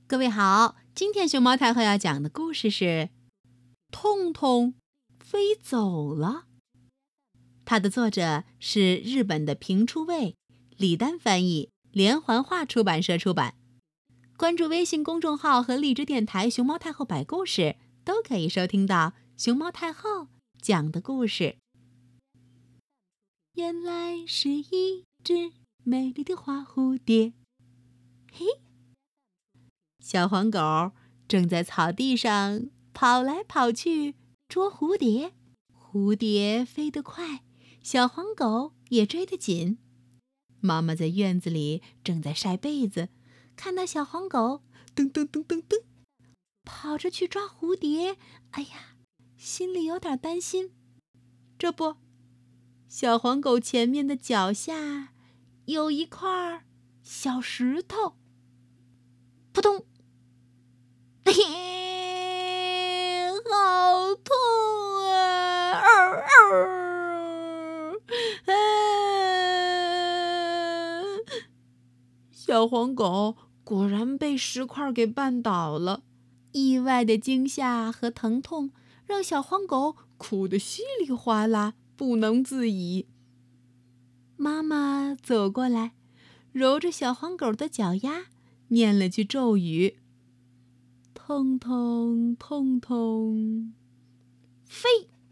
各位好，今天熊猫太后要讲的故事是《痛痛飞走了》。它的作者是日本的平出卫，李丹翻译，连环画出版社出版。关注微信公众号和荔枝电台熊猫太后摆故事，都可以收听到熊猫太后讲的故事。原来是一只美丽的花蝴蝶，嘿，小黄狗正在草地上跑来跑去捉蝴蝶，蝴蝶飞得快，小黄狗也追得紧。妈妈在院子里正在晒被子，看到小黄狗噔噔噔噔噔跑着去抓蝴蝶，哎呀，心里有点担心。这不，小黄狗前面的脚下有一块小石头，扑通！嘿，好痛啊！小黄狗果然被石块给绊倒了，意外的惊吓和疼痛让小黄狗哭得稀里哗啦，不能自已。妈妈走过来，揉着小黄狗的脚丫，念了句咒语：痛痛痛痛，飞！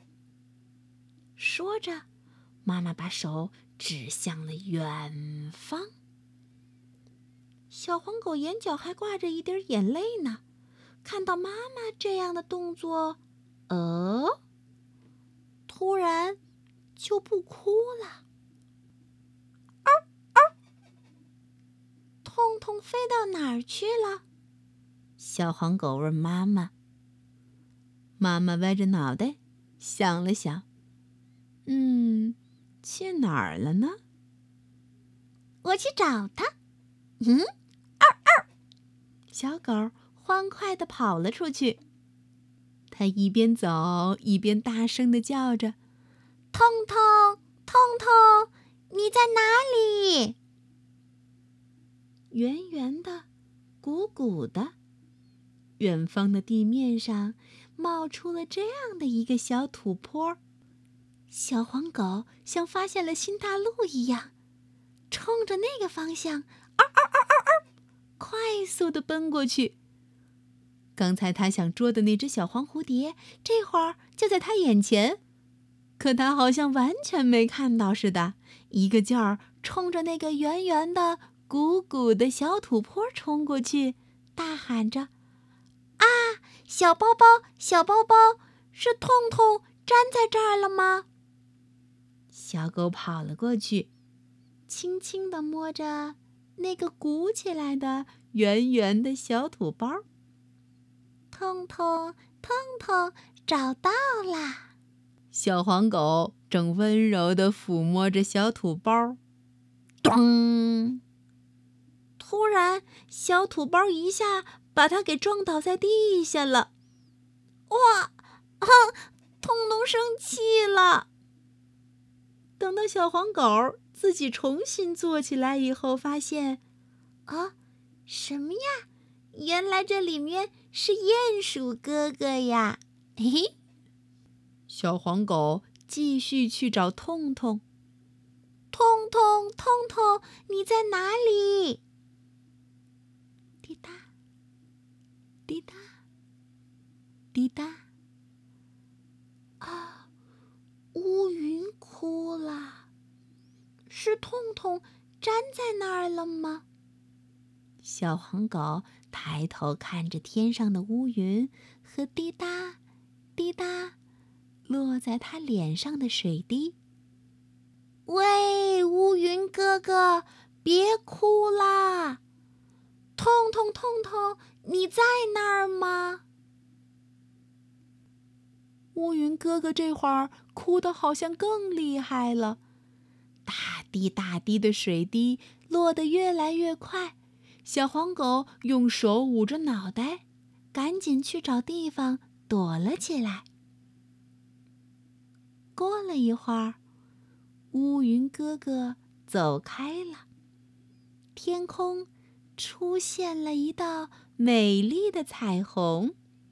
说着，妈妈把手指向了远方。小黄狗眼角还挂着一滴眼泪呢，看到妈妈这样的动作，突然就不哭了。痛痛飞到哪儿去了？小黄狗问妈妈。妈妈歪着脑袋想了想，去哪儿了呢？我去找它。小狗欢快地跑了出去。它一边走一边大声地叫着：痛痛痛痛，你在哪里？圆圆的，鼓鼓的，远方的地面上冒出了这样的一个小土坡。小黄狗像发现了新大陆一样，冲着那个方向快速地奔过去。刚才他想捉的那只小黄蝴蝶，这会儿就在他眼前，可他好像完全没看到似的，一个劲儿冲着那个圆圆的鼓鼓的小土坡冲过去，大喊着：啊，小包包，小包包，是痛痛粘在这儿了吗？小狗跑了过去，轻轻地摸着那个鼓起来的圆圆的小土包。痛痛痛痛，找到啦！小黄狗正温柔地抚摸着小土包。咚！突然，小土包一下把它给撞倒在地下了。哇！痛痛生气了。等到小黄狗自己重新坐起来以后，发现，什么呀？原来这里面是鼹鼠哥哥呀！嘿嘿，小黄狗继续去找痛痛。痛痛痛痛，你在哪里？滴答，滴答，滴答。乌云哭了，是痛痛粘在那儿了吗？小黄狗抬头看着天上的乌云和滴答滴答落在它脸上的水滴。喂，乌云哥哥，别哭啦！痛痛痛痛，你在那儿吗？乌云哥哥这会儿哭得好像更厉害了，大滴大滴的水滴落得越来越快。小黄狗用手捂着脑袋，赶紧去找地方躲了起来。过了一会儿，乌云哥哥走开了，天空出现了一道美丽的彩虹。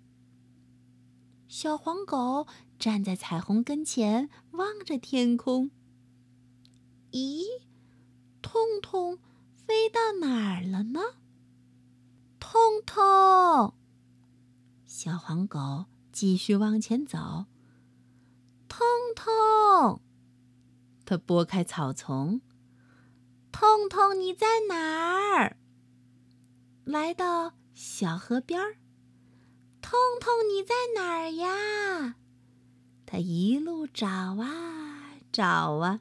小黄狗站在彩虹跟前，望着天空。咦，痛痛飞到哪儿了呢？痛痛！小黄狗继续往前走。痛痛！它拨开草丛。痛痛，你在哪儿？来到小河边儿。痛痛，你在哪儿呀？它一路找啊找啊。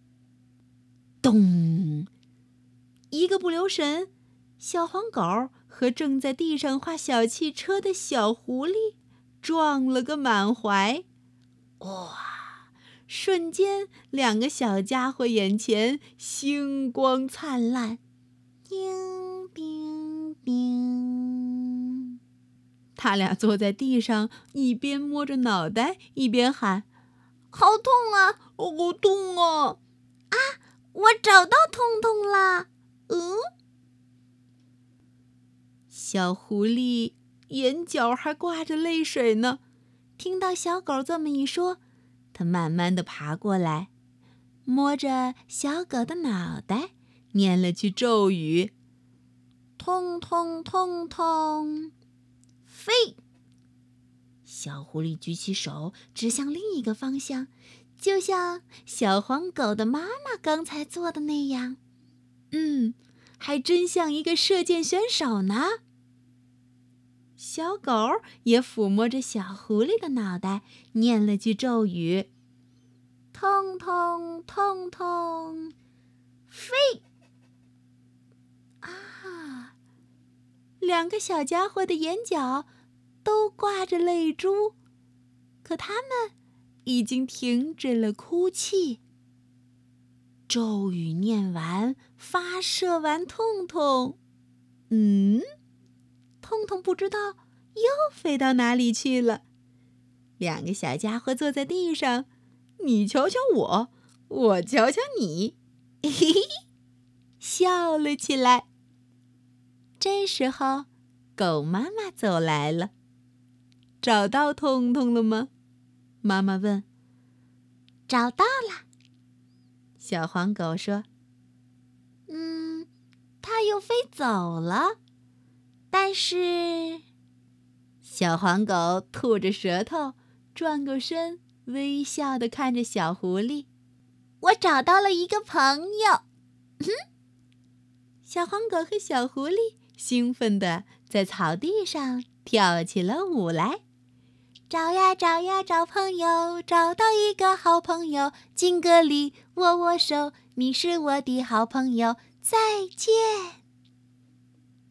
咚！一个不留神，小黄狗和正在地上画小汽车的小狐狸撞了个满怀。哇！瞬间，两个小家伙眼前星光灿烂。叮叮叮！他俩坐在地上，一边摸着脑袋，一边喊：“好痛啊！好痛啊！啊，我找到痛痛啦！”小狐狸眼角还挂着泪水呢。听到小狗这么一说，它慢慢地爬过来，摸着小狗的脑袋，念了句咒语：“痛痛痛痛，飞！”小狐狸举起手指向另一个方向，就像小黄狗的妈妈刚才做的那样。还真像一个射箭选手呢。小狗也抚摸着小狐狸的脑袋，念了句咒语：“痛痛痛痛，飞！”啊，两个小家伙的眼角都挂着泪珠，可他们已经停止了哭泣。咒语念完，发射完痛痛，痛痛不知道又飞到哪里去了。两个小家伙坐在地上，你瞧瞧我，我瞧瞧你，嘿嘿，笑了起来。这时候，狗妈妈走来了。找到痛痛了吗？妈妈问。找到了。小黄狗说：“它又飞走了。”但是，小黄狗吐着舌头，转过身，微笑地看着小狐狸：“我找到了一个朋友。”小黄狗和小狐狸兴奋地在草地上跳起了舞来。找呀找呀找朋友，找到一个好朋友，敬个礼，握握手，你是我的好朋友，再见。